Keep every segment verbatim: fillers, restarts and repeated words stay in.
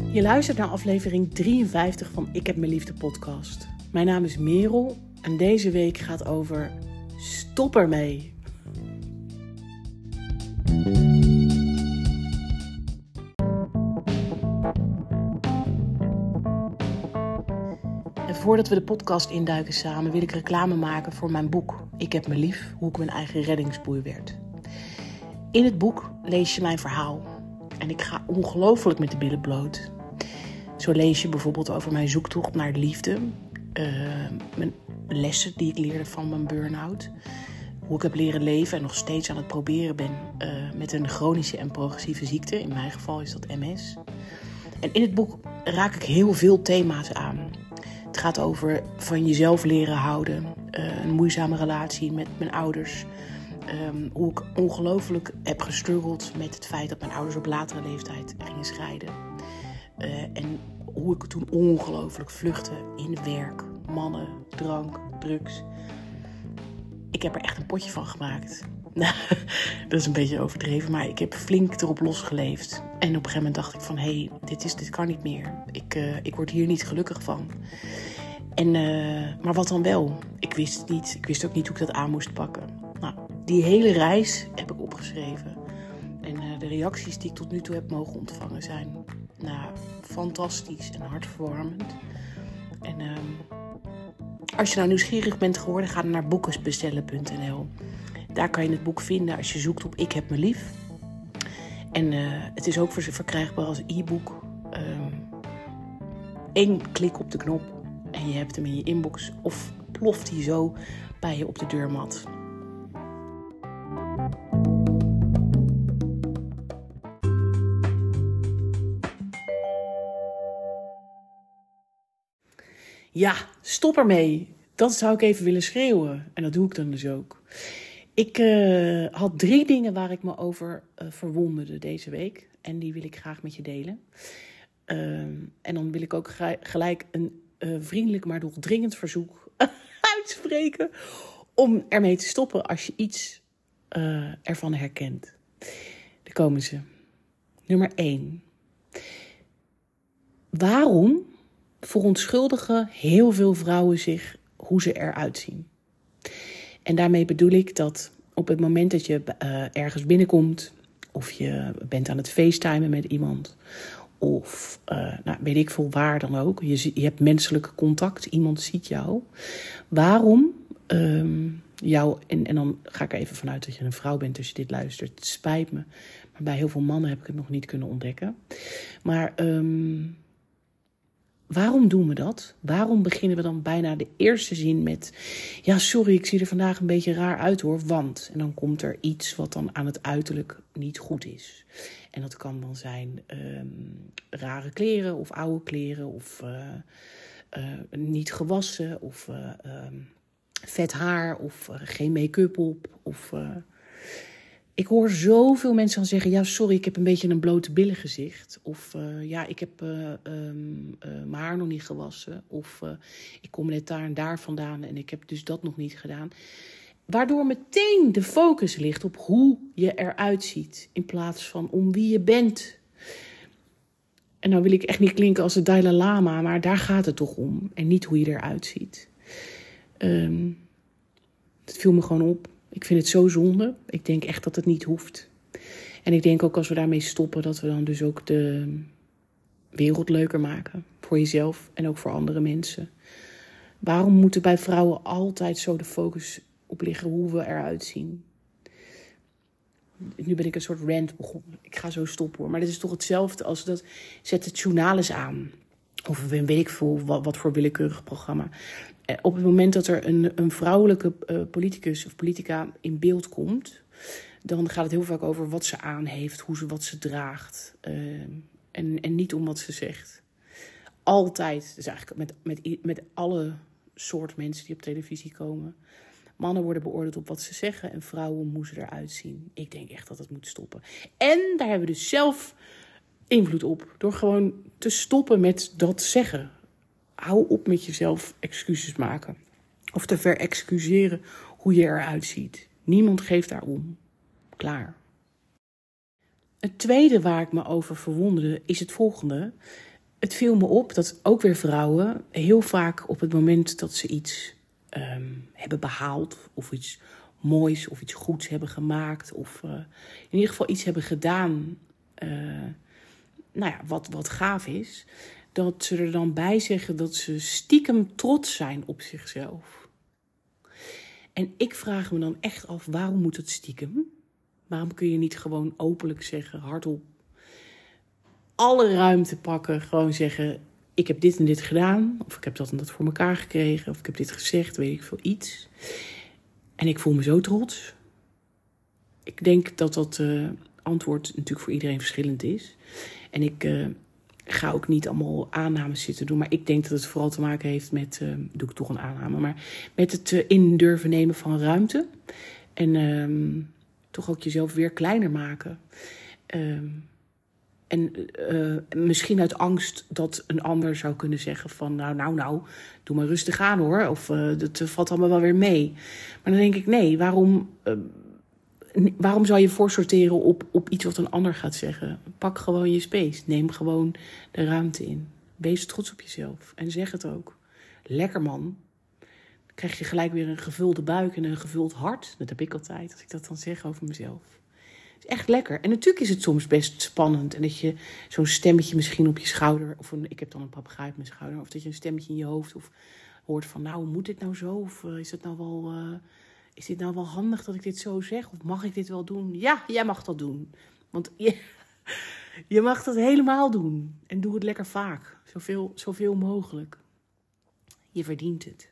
Je luistert naar aflevering drieënvijftig van Ik heb mijn liefde podcast. Mijn naam is Merel en deze week gaat over stop ermee. En voordat we de podcast induiken samen wil ik reclame maken voor mijn boek Ik heb me lief, hoe ik mijn eigen reddingsboei werd. In het boek lees je mijn verhaal en ik ga ongelooflijk met de billen bloot. Zo lees je bijvoorbeeld over mijn zoektocht naar de liefde, uh, mijn lessen die ik leerde van mijn burn-out, hoe ik heb leren leven en nog steeds aan het proberen ben uh, met een chronische en progressieve ziekte. In mijn geval is dat M S. En in het boek raak ik heel veel thema's aan. Het gaat over van jezelf leren houden, uh, een moeizame relatie met mijn ouders. Um, hoe ik ongelooflijk heb gestruggeld met het feit dat mijn ouders op latere leeftijd gingen scheiden. Uh, en hoe ik toen ongelooflijk vluchtte in werk, mannen, drank, drugs. Ik heb er echt een potje van gemaakt. Dat is een beetje overdreven, maar ik heb flink erop losgeleefd. En op een gegeven moment dacht ik van, hé, hey, dit, is, dit kan niet meer. Ik, uh, ik word hier niet gelukkig van. En, uh, maar wat dan wel? Ik wist het niet. Ik wist ook niet hoe ik dat aan moest pakken. Nou, die hele reis heb ik opgeschreven. En uh, de reacties die ik tot nu toe heb mogen ontvangen zijn nou, fantastisch en hartverwarmend. En uh, als je nou nieuwsgierig bent geworden, ga dan naar boekensbestellen punt n l. Daar kan je het boek vinden als je zoekt op Ik heb me lief. En uh, het is ook verkrijgbaar als e-book. Um, Eén klik op de knop en je hebt hem in je inbox of ploft hij zo bij je op de deurmat. Ja, stop ermee. Dat zou ik even willen schreeuwen. En dat doe ik dan dus ook. Ik uh, had drie dingen waar ik me over uh, verwonderde deze week. En die wil ik graag met je delen. Uh, en dan wil ik ook gra- gelijk een uh, vriendelijk, maar toch dringend verzoek uitspreken om ermee te stoppen als je iets uh, ervan herkent. Daar komen ze. Nummer één. Waarom verontschuldigen heel veel vrouwen zich hoe ze eruit zien? En daarmee bedoel ik dat op het moment dat je uh, ergens binnenkomt, of je bent aan het facetimen met iemand, of uh, nou, weet ik veel waar dan ook, je, je hebt menselijk contact, iemand ziet jou. Waarom um, jou, en, en dan ga ik er even vanuit dat je een vrouw bent als je dit luistert, het spijt me, maar bij heel veel mannen heb ik het nog niet kunnen ontdekken. Maar Um, waarom doen we dat? Waarom beginnen we dan bijna de eerste zin met, ja, sorry, ik zie er vandaag een beetje raar uit hoor, want. En dan komt er iets wat dan aan het uiterlijk niet goed is. En dat kan dan zijn um, rare kleren of oude kleren of uh, uh, niet gewassen of uh, um, vet haar of uh, geen make-up op of Uh, Ik hoor zoveel mensen dan zeggen, ja, sorry, ik heb een beetje een blote billengezicht. Of uh, ja, ik heb uh, um, uh, mijn haar nog niet gewassen. Of uh, ik kom net daar en daar vandaan en ik heb dus dat nog niet gedaan. Waardoor meteen de focus ligt op hoe je eruit ziet, in plaats van om wie je bent. En nou wil ik echt niet klinken als de Dalai Lama, maar daar gaat het toch om. En niet hoe je eruit ziet. Um, het viel me gewoon op. Ik vind het zo zonde. Ik denk echt dat het niet hoeft. En ik denk ook als we daarmee stoppen, dat we dan dus ook de wereld leuker maken. Voor jezelf en ook voor andere mensen. Waarom moet er bij vrouwen altijd zo de focus op liggen hoe we eruit zien? Nu ben ik een soort rant begonnen. Ik ga zo stoppen hoor. Maar dit is toch hetzelfde als dat zet het journaal eens aan. Of weet ik veel wat, wat voor willekeurig programma. Op het moment dat er een, een vrouwelijke uh, politicus of politica in beeld komt, dan gaat het heel vaak over wat ze aan heeft, hoe ze wat ze draagt. Uh, en, en niet om wat ze zegt. Altijd, dus eigenlijk met, met, met alle soort mensen die op televisie komen. Mannen worden beoordeeld op wat ze zeggen en vrouwen hoe ze eruit zien. Ik denk echt dat het moet stoppen. En daar hebben we dus zelf invloed op. Door gewoon te stoppen met dat zeggen. Hou op met jezelf excuses maken. Of te verexcuseren hoe je eruit ziet. Niemand geeft daarom. Klaar. Het tweede waar ik me over verwonderde is het volgende. het viel me op dat ook weer vrouwen heel vaak op het moment dat ze iets um, hebben behaald of iets moois of iets goeds hebben gemaakt of uh, in ieder geval iets hebben gedaan, uh, nou ja, wat, wat gaaf is, dat ze er dan bij zeggen dat ze stiekem trots zijn op zichzelf. En ik vraag me dan echt af, waarom moet het stiekem? Waarom kun je niet gewoon openlijk zeggen, hardop, alle ruimte pakken, gewoon zeggen, ik heb dit en dit gedaan, of ik heb dat en dat voor elkaar gekregen, of ik heb dit gezegd, weet ik veel, iets. En ik voel me zo trots. Ik denk dat dat uh, antwoord natuurlijk voor iedereen verschillend is. En ik uh, ga ook niet allemaal aannames zitten doen, maar ik denk dat het vooral te maken heeft met, uh, doe ik toch een aanname, maar met het uh, in durven nemen van ruimte. En uh, toch ook jezelf weer kleiner maken. Uh, En uh, misschien uit angst dat een ander zou kunnen zeggen van, nou, nou, nou, doe maar rustig aan hoor. Of uh, dat valt allemaal wel weer mee. Maar dan denk ik, nee, waarom, uh, waarom zou je voorsorteren op, op iets wat een ander gaat zeggen? Pak gewoon je space. Neem gewoon de ruimte in. Wees trots op jezelf. En zeg het ook. Lekker man. Dan krijg je gelijk weer een gevulde buik en een gevuld hart. Dat heb ik altijd, als ik dat dan zeg over mezelf. Het is echt lekker. En natuurlijk is het soms best spannend. En dat je zo'n stemmetje misschien op je schouder, of een, ik heb dan een papegaai op mijn schouder, of dat je een stemmetje in je hoofd of hoort van, nou, moet dit nou zo? Of uh, is het nou wel, uh, is dit nou wel handig dat ik dit zo zeg? Of mag ik dit wel doen? Ja, jij mag dat doen. Want je, je mag dat helemaal doen. En doe het lekker vaak. Zoveel, zoveel mogelijk. Je verdient het.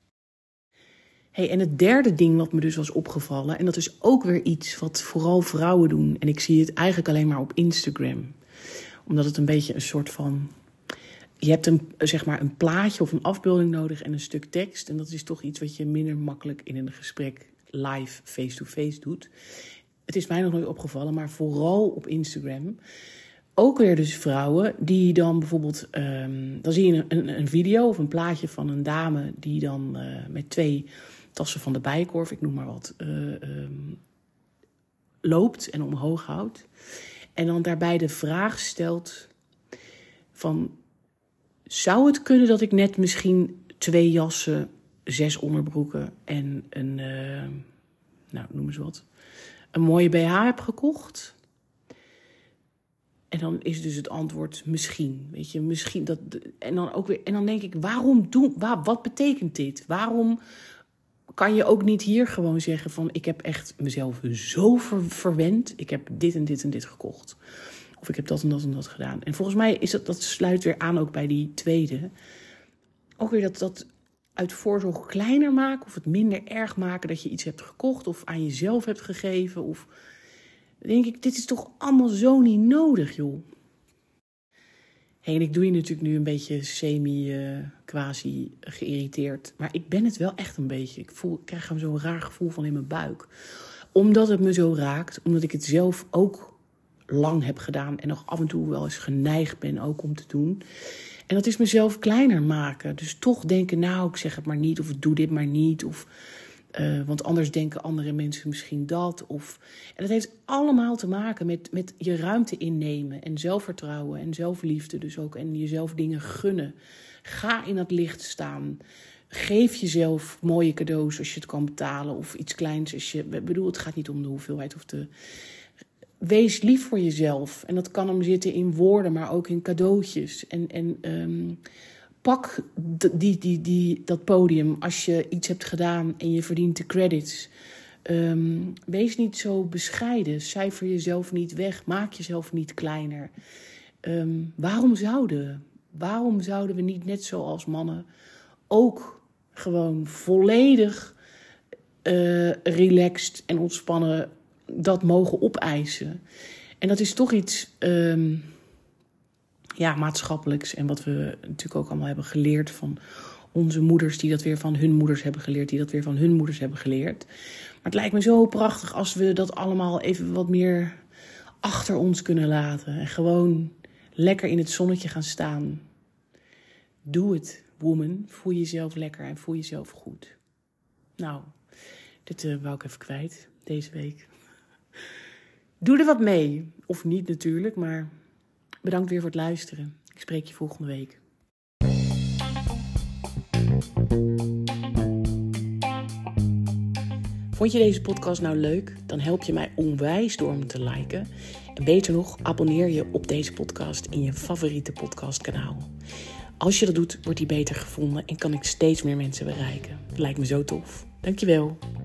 Hey, en het derde ding wat me dus was opgevallen, en dat is ook weer iets wat vooral vrouwen doen. En ik zie het eigenlijk alleen maar op Instagram. Omdat het een beetje een soort van, je hebt een, zeg maar een plaatje of een afbeelding nodig en een stuk tekst. En dat is toch iets wat je minder makkelijk in een gesprek live, face-to-face doet. Het is mij nog nooit opgevallen, maar vooral op Instagram. Ook weer dus vrouwen die dan bijvoorbeeld, um, dan zie je een, een video of een plaatje van een dame die dan uh, met twee tassen van de Bijenkorf, ik noem maar wat, uh, um, loopt en omhoog houdt. En dan daarbij de vraag stelt van, zou het kunnen dat ik net misschien twee jassen, zes onderbroeken en een, uh, nou noem eens wat, een mooie B H heb gekocht? En dan is dus het antwoord misschien, weet je, misschien dat. En dan ook weer, en dan denk ik, waarom doen, waar, wat betekent dit? Waarom kan je ook niet hier gewoon zeggen van, ik heb echt mezelf zo ver, verwend, ik heb dit en dit en dit gekocht, of ik heb dat en dat en dat gedaan. En volgens mij is dat, dat sluit weer aan ook bij die tweede. Ook weer dat dat uit voorzorg kleiner maken of het minder erg maken dat je iets hebt gekocht of aan jezelf hebt gegeven of. Dan denk ik, dit is toch allemaal zo niet nodig, joh. Hey, en ik doe je natuurlijk nu een beetje semi-quasi uh, geïrriteerd. Maar ik ben het wel echt een beetje. Ik, voel, ik krijg zo'n raar gevoel van in mijn buik. Omdat het me zo raakt. Omdat ik het zelf ook lang heb gedaan. En nog af en toe wel eens geneigd ben ook om te doen. En dat is mezelf kleiner maken. Dus toch denken, nou, ik zeg het maar niet. Of ik doe dit maar niet. Of... Uh, want anders denken andere mensen misschien dat. Of... En dat heeft allemaal te maken met, met je ruimte innemen. En zelfvertrouwen en zelfliefde dus ook. En jezelf dingen gunnen. Ga in het licht staan. Geef jezelf mooie cadeaus als je het kan betalen. Of iets kleins als je... Ik bedoel, het gaat niet om de hoeveelheid of de... Wees lief voor jezelf. En dat kan hem zitten in woorden, maar ook in cadeautjes. En... en um... Pak die, die, die, dat podium als je iets hebt gedaan en je verdient de credits. Um, wees niet zo bescheiden. Cijfer jezelf niet weg. Maak jezelf niet kleiner. Um, waarom zouden? Waarom zouden we niet net zoals mannen ook gewoon volledig uh, relaxed en ontspannen dat mogen opeisen? En dat is toch iets... Um, Ja, maatschappelijks en wat we natuurlijk ook allemaal hebben geleerd van onze moeders, die dat weer van hun moeders hebben geleerd, die dat weer van hun moeders hebben geleerd. Maar het lijkt me zo prachtig als we dat allemaal even wat meer achter ons kunnen laten en gewoon lekker in het zonnetje gaan staan. Doe het, woman. Voel jezelf lekker en voel jezelf goed. Nou, dit uh, wou ik even kwijt deze week. Doe er wat mee. Of niet natuurlijk, maar... Bedankt weer voor het luisteren. Ik spreek je volgende week. Vond je deze podcast nou leuk? Dan help je mij onwijs door hem te liken. En beter nog, abonneer je op deze podcast in je favoriete podcastkanaal. Als je dat doet, wordt die beter gevonden en kan ik steeds meer mensen bereiken. Lijkt me zo tof. Dankjewel.